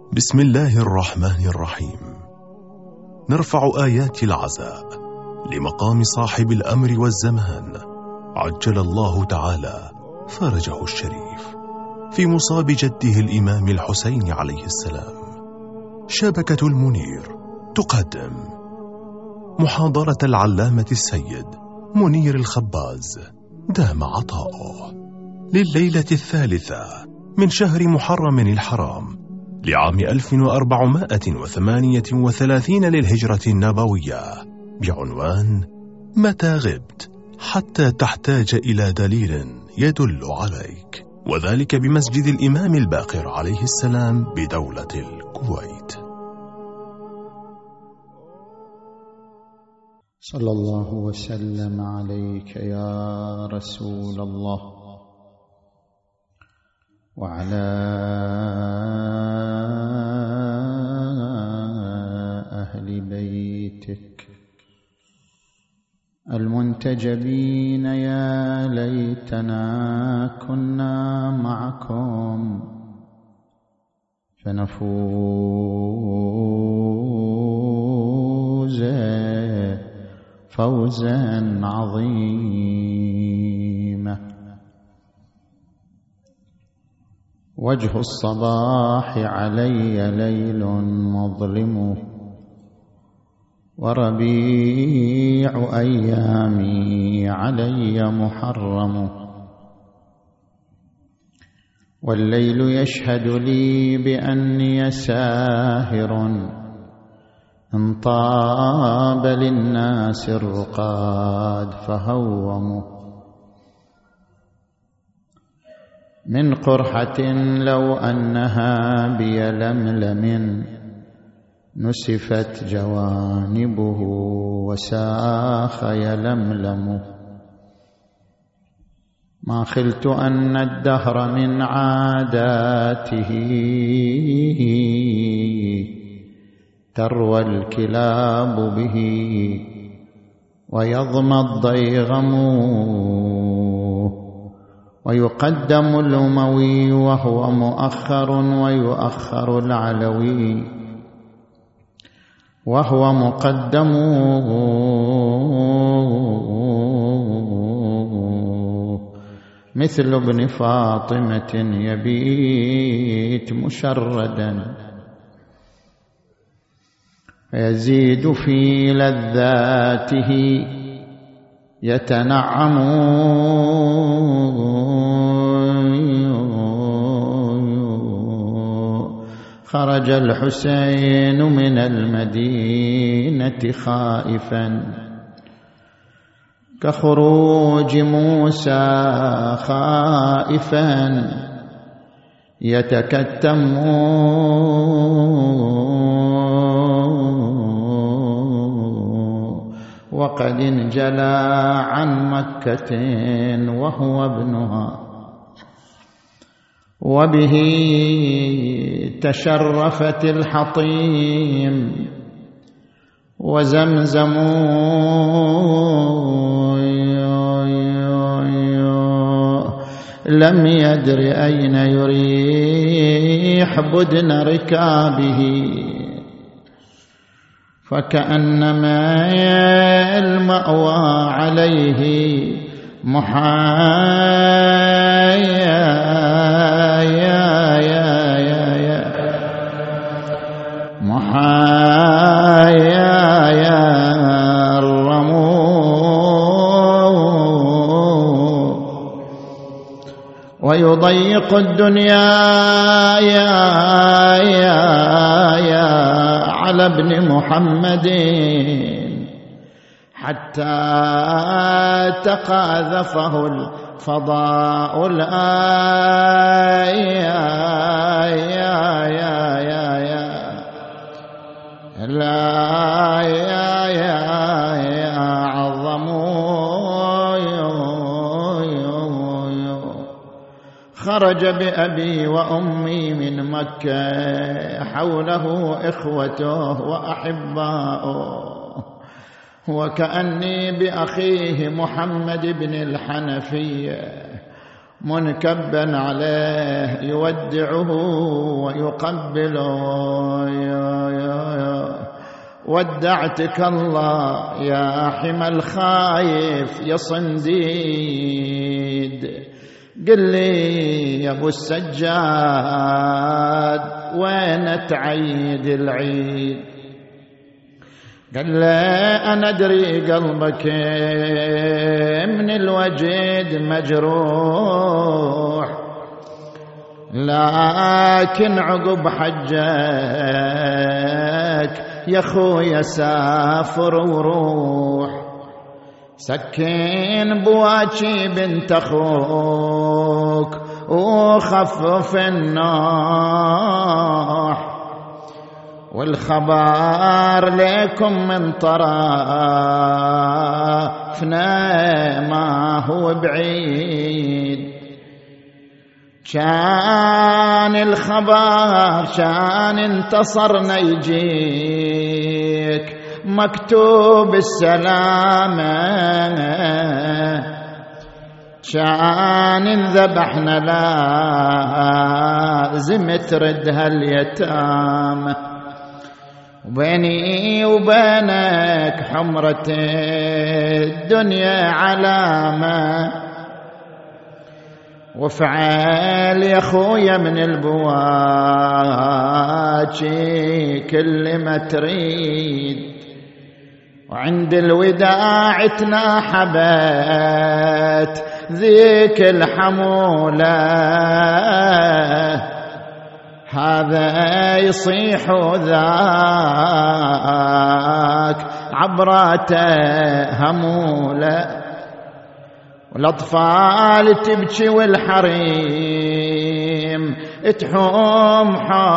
بسم الله الرحمن الرحيم. نرفع آيات العزاء لمقام صاحب الأمر والزمان عجل الله تعالى فرجه الشريف في مصاب جده الإمام الحسين عليه السلام. شبكة المنير تقدم محاضرة العلامة السيد منير الخباز دام عطاؤه لليلة الثالثة من شهر محرم الحرام لعام 1438 للهجرة النبوية، بعنوان متى غبت حتى تحتاج إلى دليل يدل عليك، وذلك بمسجد الإمام الباقر عليه السلام بدولة الكويت. صلى الله وسلم عليك يا رسول الله وعلى أهل بيتك المنتجبين. يا ليتنا كنا معكم فنفوز فوزا عظيما. وجه الصباح علي ليل مظلم، وربيع أيامي علي محرم، والليل يشهد لي بأني ساهر، إن طاب للناس الرقاد فهوموا. من قرحة لو أنها بيلملم نسفت جوانبه وساخ يلملم. ما خلت أن الدهر من عاداته تروى الكلاب به ويظمى الضيغم، ويقدم الأموي وهو مؤخر، ويؤخر العلوي وهو مقدم. مثل ابن فاطمة يبيت مشردا، يزيد في لذاته يتنعم. خرج الحسين من المدينة خائفا كخروج موسى خائفا يتكتم. وقد انجلى عن مكة وهو ابنها، وبه تشرفت الحطيم وزمزم. لم يدر أين يريح بدن ركابه، فكأنما المأوى عليه محايا ويضيق الدنيا على ابن محمد حتى تقاذفه الفضاء خرج بأبي وأمي من مكة، حوله إخوته وأحباؤه، وكأني بأخيه محمد بن الحنفية منكبا عليه يودعه ويقبله. ودعتك الله يا حمى الخايف يا صنديد. قل لي يا ابو السجاد وين تعيد العيد؟ قال له أنا أدري قلبك من الوجد مجروح، لكن عقب حجك يا خويا سافر وروح. سكن بواجي بنت أخوك وخفف النوح، والخبر لكم من طرفنا ما هو بعيد. كان الخبر كان انتصرنا يجيك مكتوب السلامة، كان انذبحنا لازم تردها اليتامى. وبيني وبينك حمرة الدنيا علامة، وفعل يا خويا من البواجي كل ما تريد. وعند الوداع تناحبت ذيك الحمولة، هذا يصيح وذاك عبراته همولة، والأطفال تبكي والحريم تحوم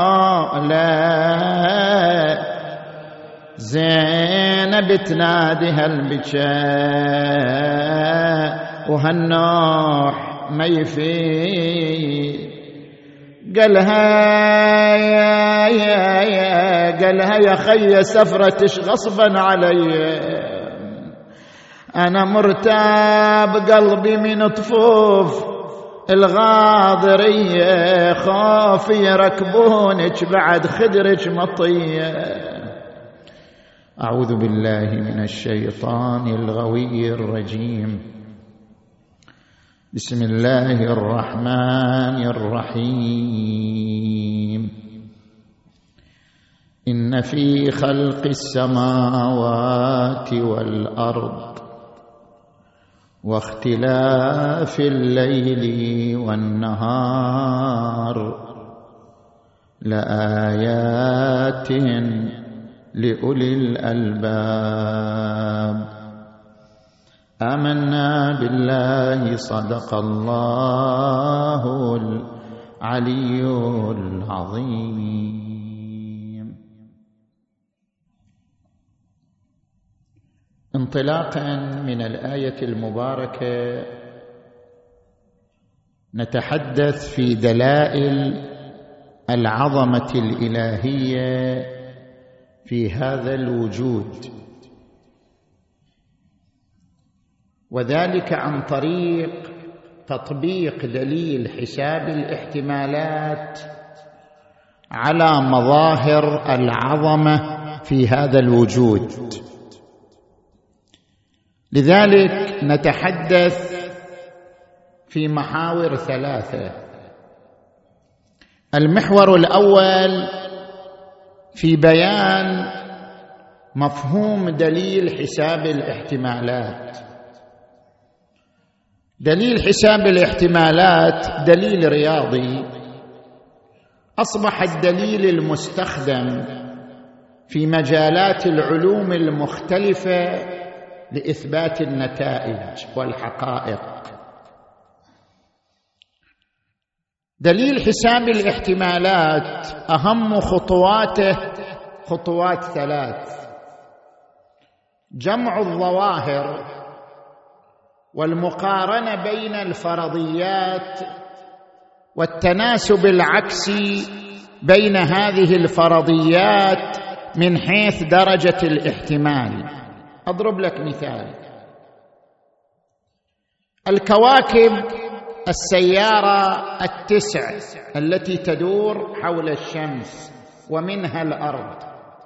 حوله. زينب تنادي هالبكاء وهالنوح ما يفيد. قالها يا خي سفرتش غصبا علي، أنا مرتاب قلبي من طفوف الغاضرية، خوفي يركبونك بعد خدرك مطية. أعوذ بالله من الشيطان الغوي الرجيم. بسم الله الرحمن الرحيم. إن في خلق السماوات والأرض واختلاف الليل والنهار لآيات لأولي الألباب. آمنا بالله صدق الله العلي العظيم. انطلاقا من الآية المباركة نتحدث في دلائل العظمة الإلهية في هذا الوجود، وذلك عن طريق تطبيق دليل حساب الاحتمالات على مظاهر العظمة في هذا الوجود. لذلك نتحدث في محاور ثلاثة. المحور الأول في بيان مفهوم دليل حساب الاحتمالات. دليل حساب الاحتمالات دليل رياضي، أصبح الدليل المستخدم في مجالات العلوم المختلفة لإثبات النتائج والحقائق. دليل حساب الاحتمالات أهم خطواته خطوات ثلاث: جمع الظواهر والمقارنة بين الفرضيات والتناسب العكسي بين هذه الفرضيات من حيث درجة الاحتمال. أضرب لك مثال: الكواكب السيارة 9 التي تدور حول الشمس ومنها الأرض،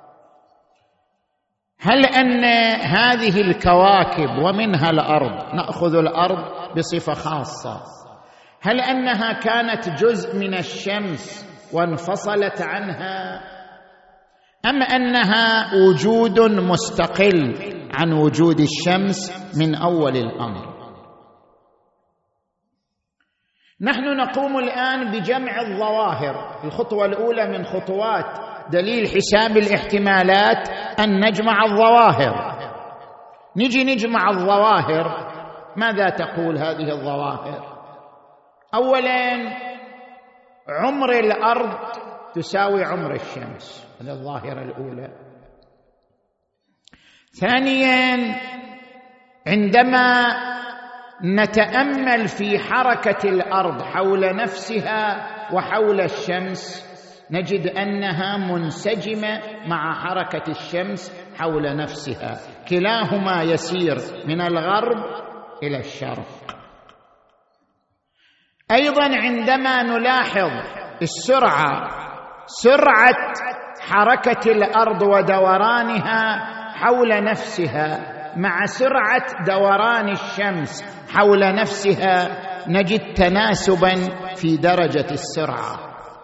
هل أن هذه الكواكب ومنها الأرض، نأخذ الأرض بصفة خاصة، هل أنها كانت جزء من الشمس وانفصلت عنها، أم أنها وجود مستقل عن وجود الشمس من أول الأمر؟ نحن نقوم الآن بجمع الظواهر. الخطوة الأولى من خطوات دليل حساب الاحتمالات أن نجمع الظواهر. نجي نجمع الظواهر، ماذا تقول هذه الظواهر؟ أولاً، عمر الأرض تساوي عمر الشمس، هذه الظاهرة الأولى. ثانياً، عندما نتأمل في حركة الأرض حول نفسها وحول الشمس نجد أنها منسجمة مع حركة الشمس حول نفسها، كلاهما يسير من الغرب إلى الشرق. أيضاً عندما نلاحظ سرعة حركة الأرض ودورانها حول نفسها مع سرعة دوران الشمس حول نفسها نجد تناسباً في درجة السرعة.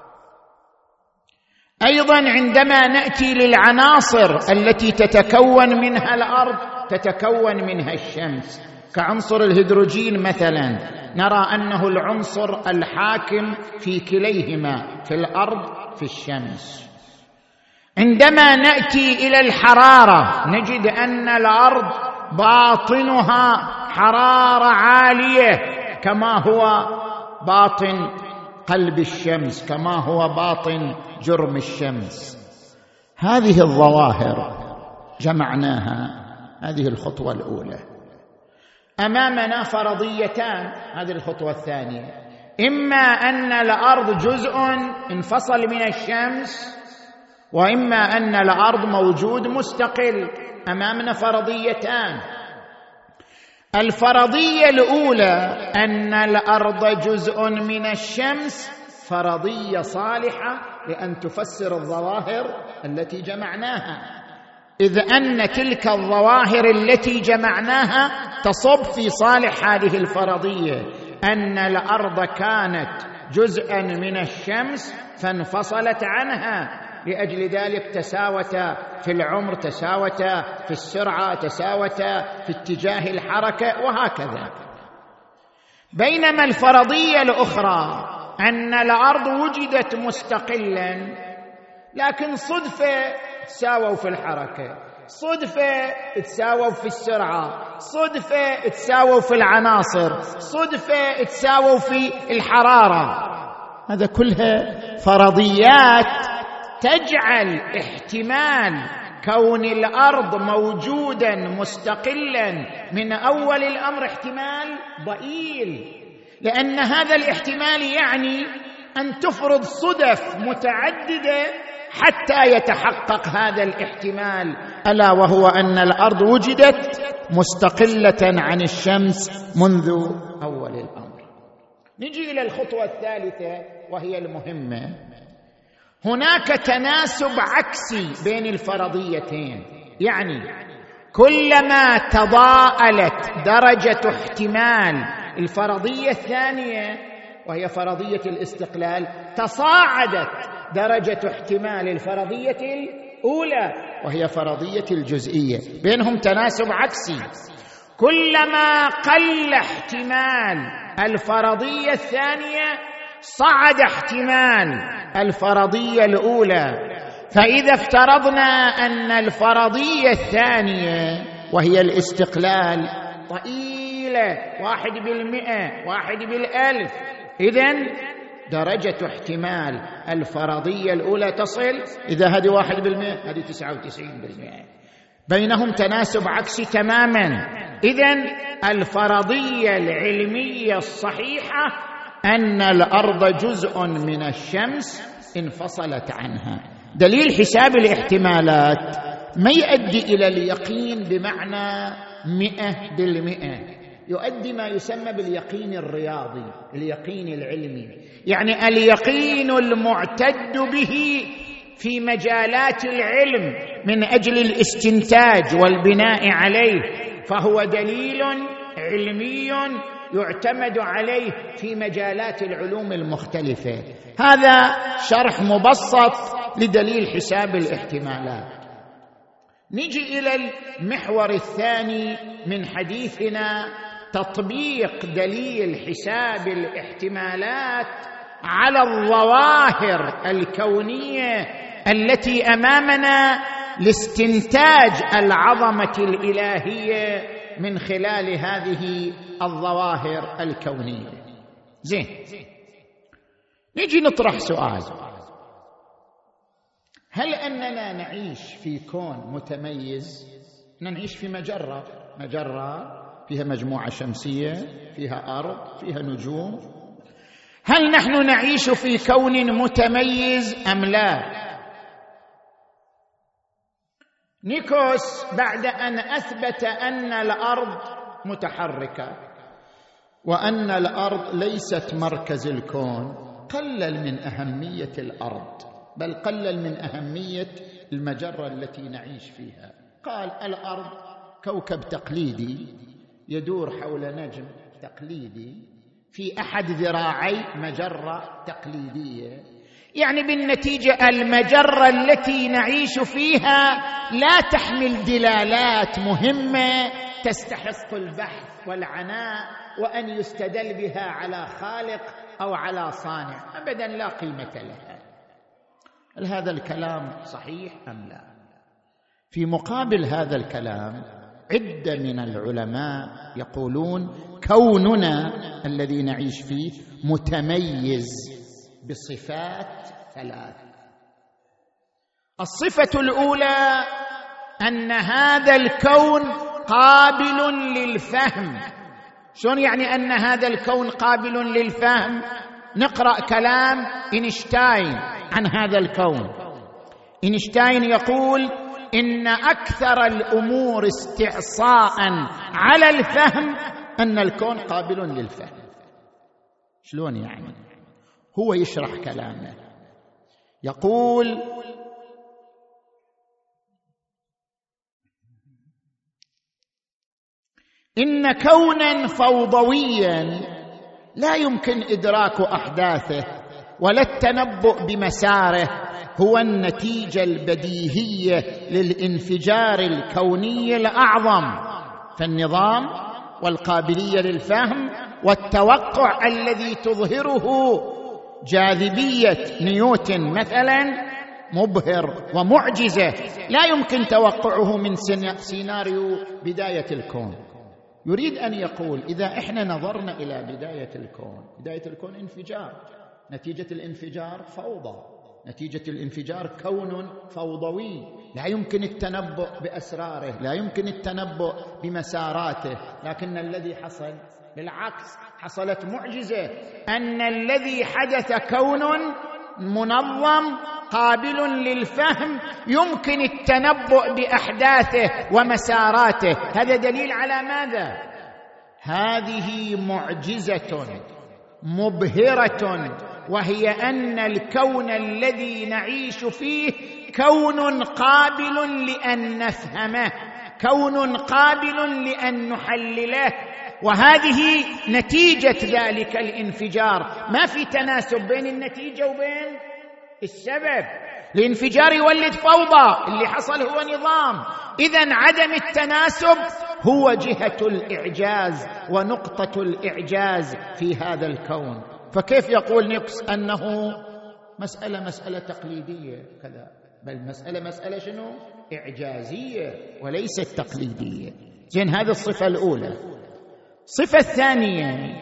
أيضاً عندما نأتي للعناصر التي تتكون منها الأرض تتكون منها الشمس، كعنصر الهيدروجين مثلاً، نرى أنه العنصر الحاكم في كليهما، في الأرض في الشمس. عندما نأتي إلى الحرارة نجد أن الأرض باطنها حرارة عالية كما هو باطن قلب الشمس، كما هو باطن جرم الشمس. هذه الظواهر جمعناها، هذه الخطوة الأولى. أمامنا فرضيتان، هذه الخطوة الثانية، إما أن الأرض جزء انفصل من الشمس، وإما أن الأرض موجود مستقل. أمامنا فرضيتان. الفرضية الأولى أن الأرض جزء من الشمس فرضية صالحة لأن تفسر الظواهر التي جمعناها، إذ أن تلك الظواهر التي جمعناها تصب في صالح هذه الفرضية، أن الأرض كانت جزءا من الشمس فانفصلت عنها، لأجل ذلك تساوتا في العمر، تساوتا في السرعة، تساوتا في اتجاه الحركة، وهكذا. بينما الفرضية الأخرى أن الأرض وجدت مستقلا، لكن صدفة تساووا في الحركة، صدفة تساووا في السرعة، صدفة تساووا في العناصر، صدفة تساووا في الحرارة. هذا كلها فرضيات تجعل احتمال كون الأرض موجودا مستقلا من أول الأمر احتمال ضئيل، لأن هذا الاحتمال يعني أن تفرض صدف متعددة حتى يتحقق هذا الاحتمال، ألا وهو أن الأرض وجدت مستقلة عن الشمس منذ أول الأمر. نجي إلى الخطوة الثالثة وهي المهمة. هناك تناسب عكسي بين الفرضيتين، يعني كلما تضاءلت درجة احتمال الفرضية الثانية وهي فرضية الاستقلال تصاعدت درجة احتمال الفرضية الأولى وهي فرضية الجزئية، بينهم تناسب عكسي. كلما قل احتمال الفرضية الثانية صعد احتمال الفرضية الأولى. فإذا افترضنا أن الفرضية الثانية وهي الاستقلال ضئيلة 1%، 1/1000، إذن درجة احتمال الفرضية الأولى تصل، إذا هذه 1% هذه 99%، بينهم تناسب عكسي تماما. إذن الفرضية العلمية الصحيحة أن الأرض جزء من الشمس انفصلت عنها. دليل حساب الاحتمالات ما يؤدي إلى اليقين بمعنى 100%، يؤدي ما يسمى باليقين الرياضي، اليقين العلمي، يعني اليقين المعتد به في مجالات العلم من أجل الاستنتاج والبناء عليه، فهو دليل علمي يعتمد عليه في مجالات العلوم المختلفة. هذا شرح مبسط لدليل حساب الاحتمالات. نجي إلى المحور الثاني من حديثنا، تطبيق دليل حساب الاحتمالات على الظواهر الكونية التي أمامنا لاستنتاج العظمة الإلهية من خلال هذه الظواهر الكونية. زين، نجي نطرح سؤال: هل أننا نعيش في كون متميز؟ نعيش في مجرة فيها مجموعة شمسية، فيها أرض، فيها نجوم. هل نحن نعيش في كون متميز أم لا؟ نيكوس بعد أن أثبت أن الأرض متحركة وأن الأرض ليست مركز الكون، قلل من أهمية الأرض، بل قلل من أهمية المجرة التي نعيش فيها. قال الأرض كوكب تقليدي يدور حول نجم تقليدي في أحد ذراعي مجرة تقليدية، يعني بالنتيجة المجرة التي نعيش فيها لا تحمل دلالات مهمة تستحق البحث والعناء وأن يستدل بها على خالق أو على صانع، أبدا لا قيمة لها. هل هذا الكلام صحيح أم لا؟ في مقابل هذا الكلام عدة من العلماء يقولون كوننا الذي نعيش فيه متميز بصفات ثلاث. الصفة الأولى أن هذا الكون قابل للفهم. شلون يعني أن هذا الكون قابل للفهم؟ نقرأ كلام إينشتاين عن هذا الكون. إينشتاين يقول إن أكثر الأمور استعصاء على الفهم أن الكون قابل للفهم. شلون يعني؟ هو يشرح كلامه، يقول إن كونا فوضويا لا يمكن إدراك أحداثه ولا التنبؤ بمساره هو النتيجة البديهية للانفجار الكوني الأعظم، فالنظام والقابلية للفهم والتوقع الذي تظهره جاذبية نيوتن مثلا مبهر ومعجزة لا يمكن توقعه من سيناريو بداية الكون. يريد أن يقول إذا إحنا نظرنا إلى بداية الكون انفجار، نتيجة الانفجار فوضى، نتيجة الانفجار كون فوضوي لا يمكن التنبؤ بأسراره، لا يمكن التنبؤ بمساراته، لكن الذي حصل بالعكس، حصلت معجزة أن الذي حدث كون منظم قابل للفهم يمكن التنبؤ بأحداثه ومساراته. هذا دليل على ماذا؟ هذه معجزة مبهرة، وهي أن الكون الذي نعيش فيه كون قابل لأن نفهمه، كون قابل لأن نحلله، وهذه نتيجة ذلك الانفجار. ما في تناسب بين النتيجة وبين السبب. الانفجار يولد فوضى، اللي حصل هو نظام، إذن عدم التناسب هو جهة الإعجاز ونقطة الإعجاز في هذا الكون. فكيف يقول نيكس أنه مسألة تقليدية كذا؟ بل مسألة شنو؟ إعجازية وليست تقليدية. زين، هذه الصفة الأولى. الصفة الثانية،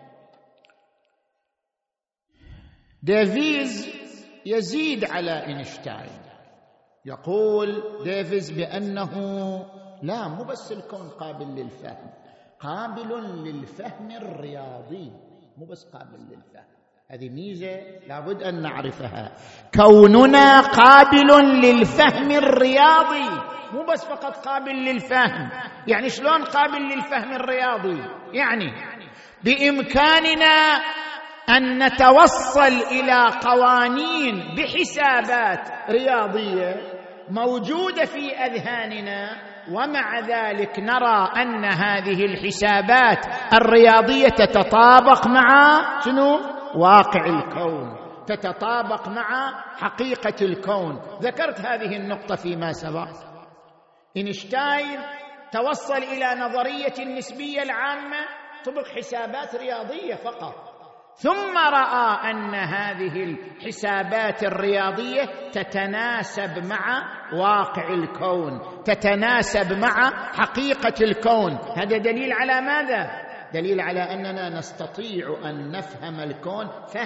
ديفيز يزيد على إينشتاين، يقول ديفيز بأنه لا، مو بس الكون قابل للفهم، قابل للفهم الرياضي، مو بس قابل للفهم. هذه ميزة لابد أن نعرفها، كوننا قابل للفهم الرياضي، مو بس فقط قابل للفهم. يعني شلون قابل للفهم الرياضي؟ يعني بإمكاننا أن نتوصل إلى قوانين بحسابات رياضية موجودة في أذهاننا، ومع ذلك نرى أن هذه الحسابات الرياضية تتطابق مع شنو؟ واقع الكون، تتطابق مع حقيقة الكون. ذكرت هذه النقطة فيما سبق. إينشتاين توصل إلى نظرية النسبية العامة طبق حسابات رياضية فقط، ثم رأى أن هذه الحسابات الرياضية تتناسب مع واقع الكون، تتناسب مع حقيقة الكون. هذا دليل على ماذا؟ دليل على أننا نستطيع أن نفهم الكون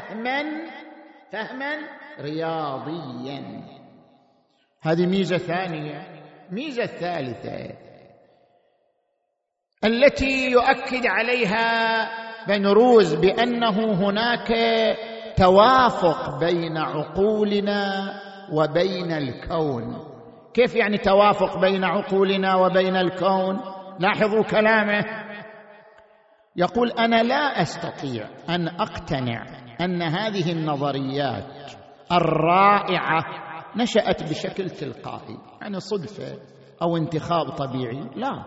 فهما رياضيا. هذه ميزة ثانية. ميزة الثالثة التي يؤكد عليها بن روز بأنه هناك توافق بين عقولنا وبين الكون. كيف يعني توافق بين عقولنا وبين الكون؟ لاحظوا كلامه، يقول: أنا لا أستطيع أن أقتنع أن هذه النظريات الرائعة نشأت بشكل تلقائي، يعني صدفة أو انتخاب طبيعي، لا.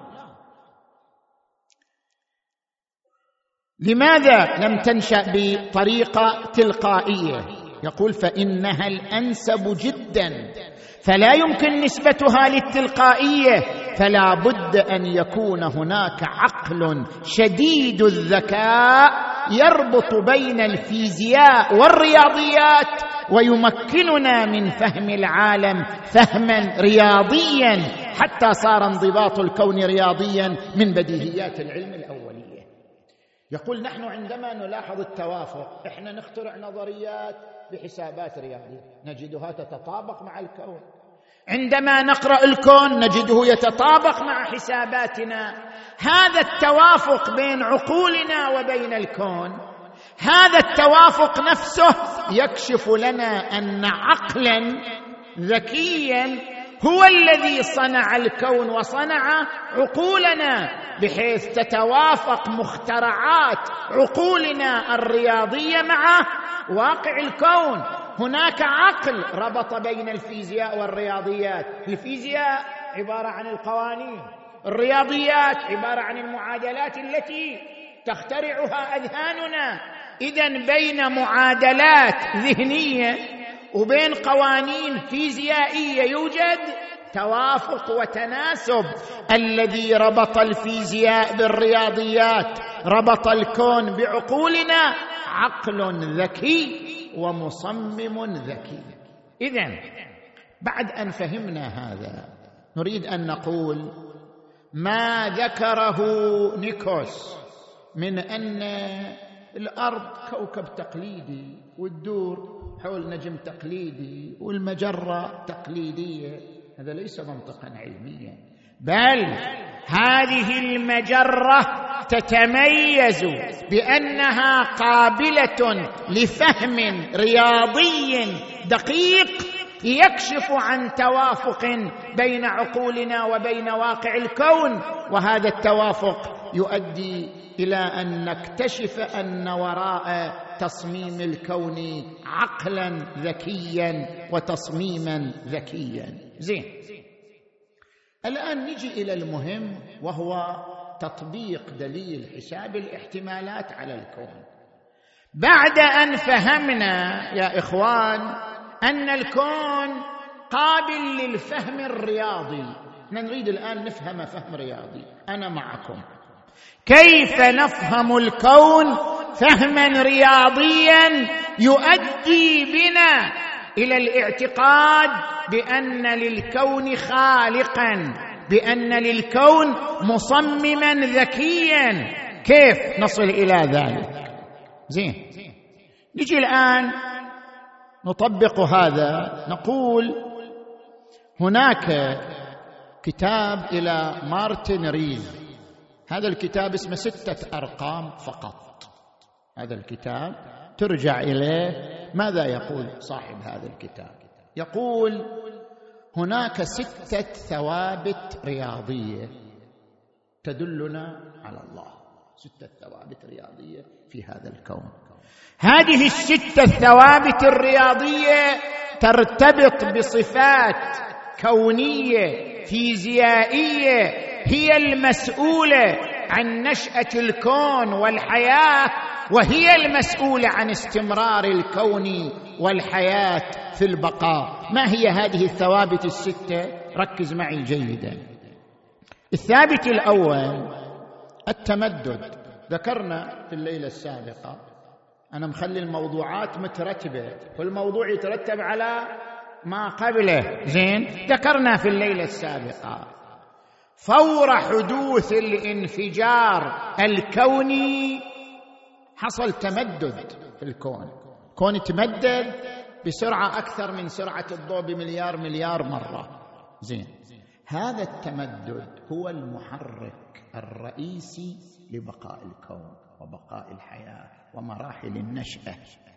لماذا لم تنشأ بطريقة تلقائية؟ يقول: فإنها الأنسب جدا، فلا يمكن نسبتها للتلقائية، فلا بد أن يكون هناك عقل شديد الذكاء يربط بين الفيزياء والرياضيات ويمكننا من فهم العالم فهما رياضيا، حتى صار انضباط الكون رياضيا من بديهيات العلم الأولية. يقول: نحن عندما نلاحظ التوافق، احنا نخترع نظريات بحسابات رياضية نجدها تتطابق مع الكون. عندما نقرأ الكون نجده يتطابق مع حساباتنا. هذا التوافق بين عقولنا وبين الكون، هذا التوافق نفسه يكشف لنا أن عقلا ذكيا هو الذي صنع الكون وصنع عقولنا، بحيث تتوافق مخترعات عقولنا الرياضية مع واقع الكون. هناك عقل ربط بين الفيزياء والرياضيات. الفيزياء عبارة عن القوانين، الرياضيات عبارة عن المعادلات التي تخترعها أذهاننا. إذن بين معادلات ذهنية وبين قوانين فيزيائية يوجد توافق وتناسب. الذي ربط الفيزياء بالرياضيات، ربط الكون بعقولنا، عقل ذكي ومصمم ذكي. إذن بعد أن فهمنا هذا نريد أن نقول ما ذكره نيكوس من أن الأرض كوكب تقليدي وتدور حول نجم تقليدي والمجرة تقليدية، هذا ليس منطقا علميا، بل هذه المجرة تتميز بأنها قابلة لفهم رياضي دقيق يكشف عن توافق بين عقولنا وبين واقع الكون. وهذا التوافق يؤدي إلى أن نكتشف أن وراء تصميم الكون عقلا ذكيا وتصميما ذكيا. زين، الآن نجي إلى المهم، وهو تطبيق دليل حساب الاحتمالات على الكون. بعد أن فهمنا يا إخوان أن الكون قابل للفهم الرياضي، نريد الآن نفهم فهم رياضي. أنا معكم. كيف نفهم الكون فهما رياضيا يؤدي بنا إلى الاعتقاد بأن للكون خالقا، بأن للكون مصمما ذكيا؟ كيف نصل إلى ذلك؟ زين، نجي الآن نطبق هذا. نقول هناك كتاب إلى مارتن ريز، هذا الكتاب اسمه 6 أرقام فقط. هذا الكتاب ترجع إليه. ماذا يقول صاحب هذا الكتاب؟ يقول: هناك 6 ثوابت رياضية تدلنا على الله، 6 ثوابت رياضية في هذا الكون. هذه ال6 ثوابت الرياضية ترتبط بصفات كونية فيزيائية هي المسؤولة عن نشأة الكون والحياة، وهي المسؤولة عن استمرار الكون والحياة في البقاء. ما هي هذه الثوابت ال6؟ ركز معي جيدا. الثابت الأول التمدد. ذكرنا في الليلة السابقة، أنا مخلي الموضوعات مترتبة، كل موضوع يترتب على ما قبله. زين، ذكرنا في الليلة السابقة فور حدوث الانفجار الكوني حصل تمدد في الكون. الكون تمدد بسرعة أكثر من سرعة الضوء بمليار مرة. زين، هذا التمدد هو المحرك الرئيسي لبقاء الكون وبقاء الحياة ومراحل النشأة.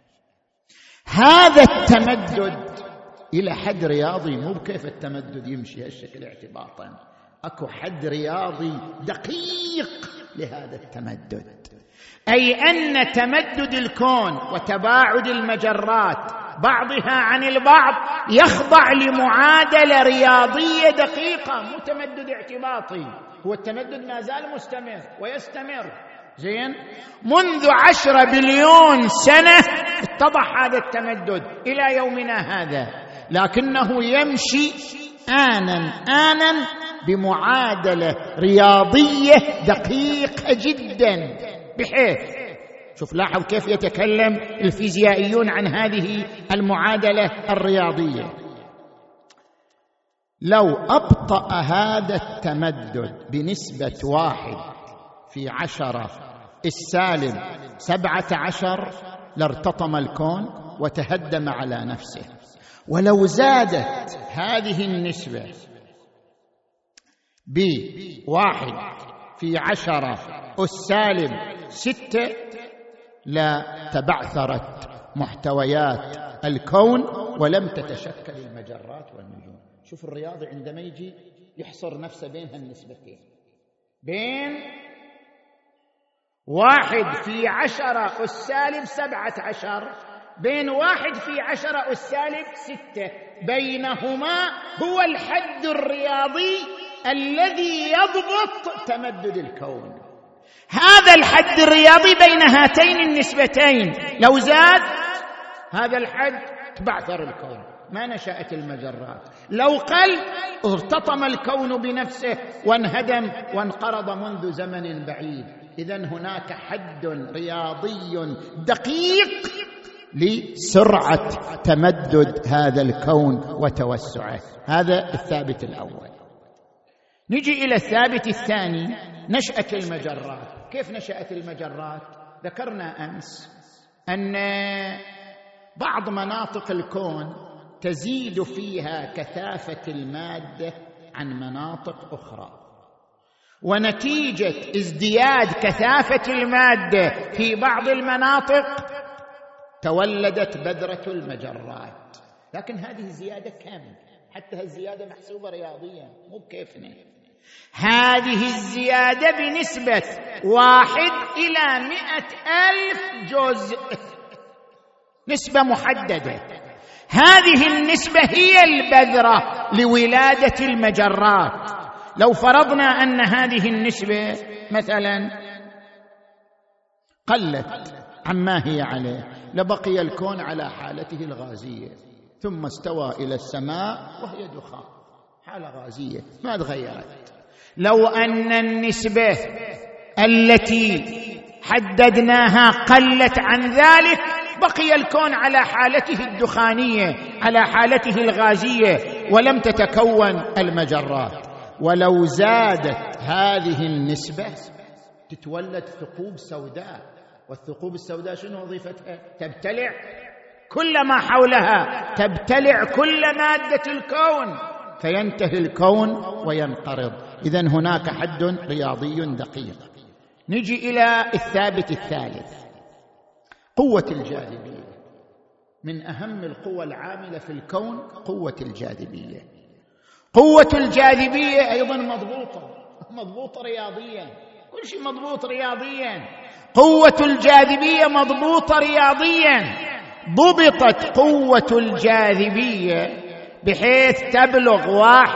هذا التمدد إلى حد رياضي، مو بكيف التمدد يمشي هالشكل اعتباطا، أكو حد رياضي دقيق لهذا التمدد، أي أن تمدد الكون وتباعد المجرات بعضها عن البعض يخضع لمعادلة رياضية دقيقة، مو تمدد اعتباطي. هو التمدد ما زال مستمر ويستمر. زين، منذ 10 بليون سنة اتضح هذا التمدد إلى يومنا هذا، لكنه يمشي آنا بمعادلة رياضية دقيقة جدا، بحيث شوف لاحظ كيف يتكلم الفيزيائيون عن هذه المعادلة الرياضية. لو أبطأ هذا التمدد بنسبة 1/10⁻17 لارتطم الكون وتهدم على نفسه. ولو زادت هذه النسبة ب1/10⁻6 لتبعثرت محتويات الكون ولم تتشكل المجرات والنجوم. شوف الرياضي عندما يجي يحصر نفسه بين هالنسبتين، بين 1/10⁻17 بين 1/10⁻6، بينهما هو الحد الرياضي الذي يضبط تمدد الكون. هذا الحد الرياضي بين هاتين النسبتين لو زاد هذا الحد تبعثر الكون، ما نشأت المجرات. لو قل ارتطم الكون بنفسه وانهدم وانقرض منذ زمن بعيد. إذن هناك حد رياضي دقيق لسرعة تمدد هذا الكون وتوسعه. هذا الثابت الأول. نجي إلى الثابت الثاني، نشأة المجرات. كيف نشأت المجرات؟ ذكرنا أمس أن بعض مناطق الكون تزيد فيها كثافة المادة عن مناطق أخرى، ونتيجة ازدياد كثافة المادة في بعض المناطق تولدت بذرة المجرات. لكن هذه الزيادة كم؟ حتى الزيادة محسوبة رياضيا، مو بكيفنا. هذه الزيادة بنسبة 1/100,000 جزء، نسبة محددة. هذه النسبة هي البذرة لولادة المجرات. لو فرضنا أن هذه النسبة مثلا قلت عما هي عليه لبقي الكون على حالته الغازية، ثم استوى إلى السماء وهي دخان، حالة غازية ما تغيرت. لو أن النسبة التي حددناها قلت عن ذلك بقي الكون على حالته الدخانية، على حالته الغازية، ولم تتكون المجرات. ولو زادت هذه النسبة تتولد ثقوب سوداء، والثقوب السوداء شنو وظيفتها؟ تبتلع كل ما حولها، تبتلع كل مادة الكون، فينتهي الكون وينقرض. إذن هناك حد رياضي دقيق. نجي إلى الثابت الثالث، قوة الجاذبية. من أهم القوى العاملة في الكون قوة الجاذبية. قوة الجاذبية أيضا مضبوطة رياضيا، كل شيء مضبوط رياضيا. قوة الجاذبية مضبوطة رياضيا، ضبطت قوة الجاذبية بحيث تبلغ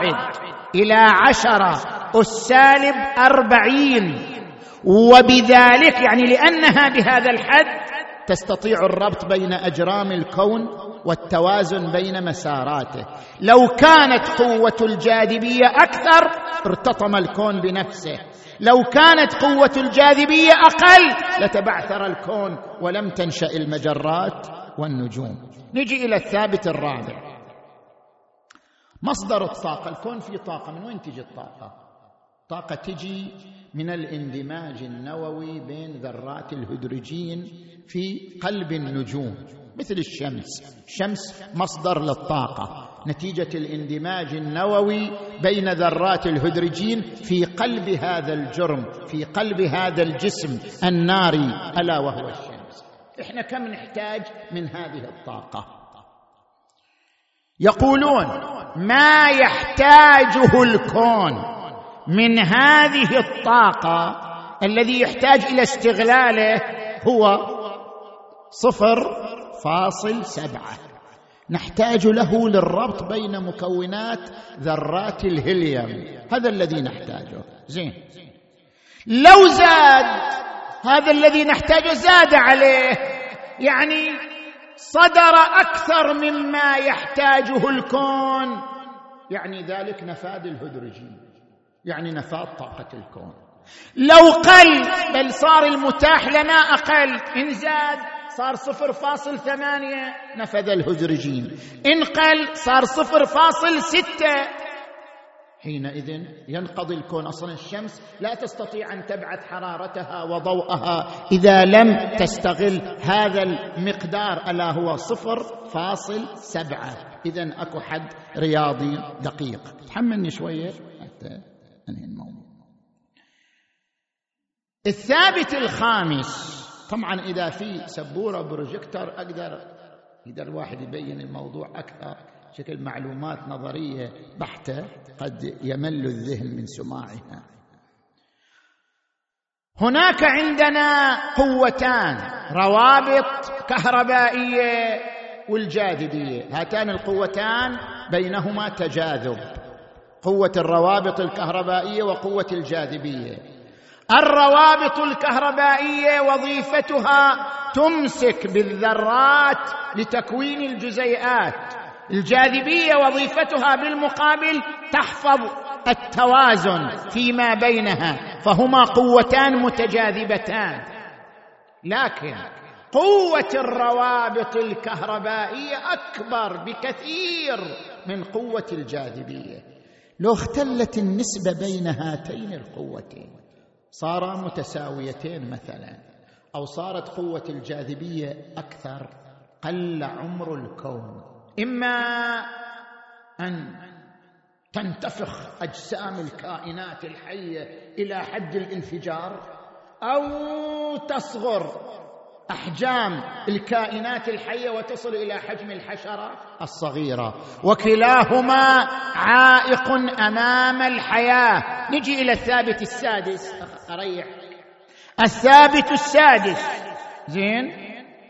1/10⁻⁴، وبذلك يعني لأنها بهذا الحد تستطيع الربط بين أجرام الكون والتوازن بين مساراته. لو كانت قوة الجاذبية أكثر ارتطم الكون بنفسه، لو كانت قوة الجاذبية أقل لتبعثر الكون ولم تنشأ المجرات والنجوم. نجي إلى الثابت الرابع، مصدر الطاقة. الكون فيه طاقة، من وين تجي الطاقة؟ طاقة تجي من الاندماج النووي بين ذرات الهيدروجين في قلب النجوم، مثل الشمس مصدر للطاقة نتيجة الاندماج النووي بين ذرات الهيدروجين في قلب هذا الجرم، في قلب هذا الجسم الناري ألا وهو الشمس. إحنا كم نحتاج من هذه الطاقة؟ يقولون ما يحتاجه الكون من هذه الطاقة الذي يحتاج إلى استغلاله هو 0.7 نحتاج له للربط بين مكونات ذرات الهيليوم، هذا الذي نحتاجه. زين، لو زاد هذا الذي نحتاجه زاد عليه، يعني صدر أكثر مما يحتاجه الكون، يعني ذلك نفاذ الهيدروجين، يعني نفاذ طاقة الكون. لو قل بل صار المتاح لنا أقل، إن زاد صار 0.8 نفذ الهيدروجين، إن قل صار 0.6. حينئذ ينقضي الكون. أصلا الشمس لا تستطيع أن تبعث حرارتها وضوءها إذا لم تستغل هذا المقدار ألا هو 0.7. إذن أكو حد رياضي دقيق. تحملني شوية حتى أنهي الموضوع. الثابت الخامس، طبعا إذا في سبورة بروجيكتور أقدر الواحد يبين الموضوع أكثر، شكل معلومات نظرية بحتة قد يمل الذهن من سماعها. هناك عندنا قوتان، روابط كهربائية والجاذبية، هاتان القوتان بينهما تجاذب، قوة الروابط الكهربائية وقوة الجاذبية. الروابط الكهربائية وظيفتها تمسك بالذرات لتكوين الجزيئات، الجاذبية وظيفتها بالمقابل تحفظ التوازن فيما بينها، فهما قوتان متجاذبتان. لكن قوة الروابط الكهربائية أكبر بكثير من قوة الجاذبية. لو اختلت النسبة بين هاتين القوتين صارا متساويتين مثلا، أو صارت قوة الجاذبية أكثر، قل عمر الكون. إما أن تنتفخ أجسام الكائنات الحية إلى حد الانفجار، أو تصغر أحجام الكائنات الحية وتصل إلى حجم الحشرة الصغيرة، وكلاهما عائق أمام الحياة. نجي إلى الثابت السادس، أريح. الثابت السادس، زين،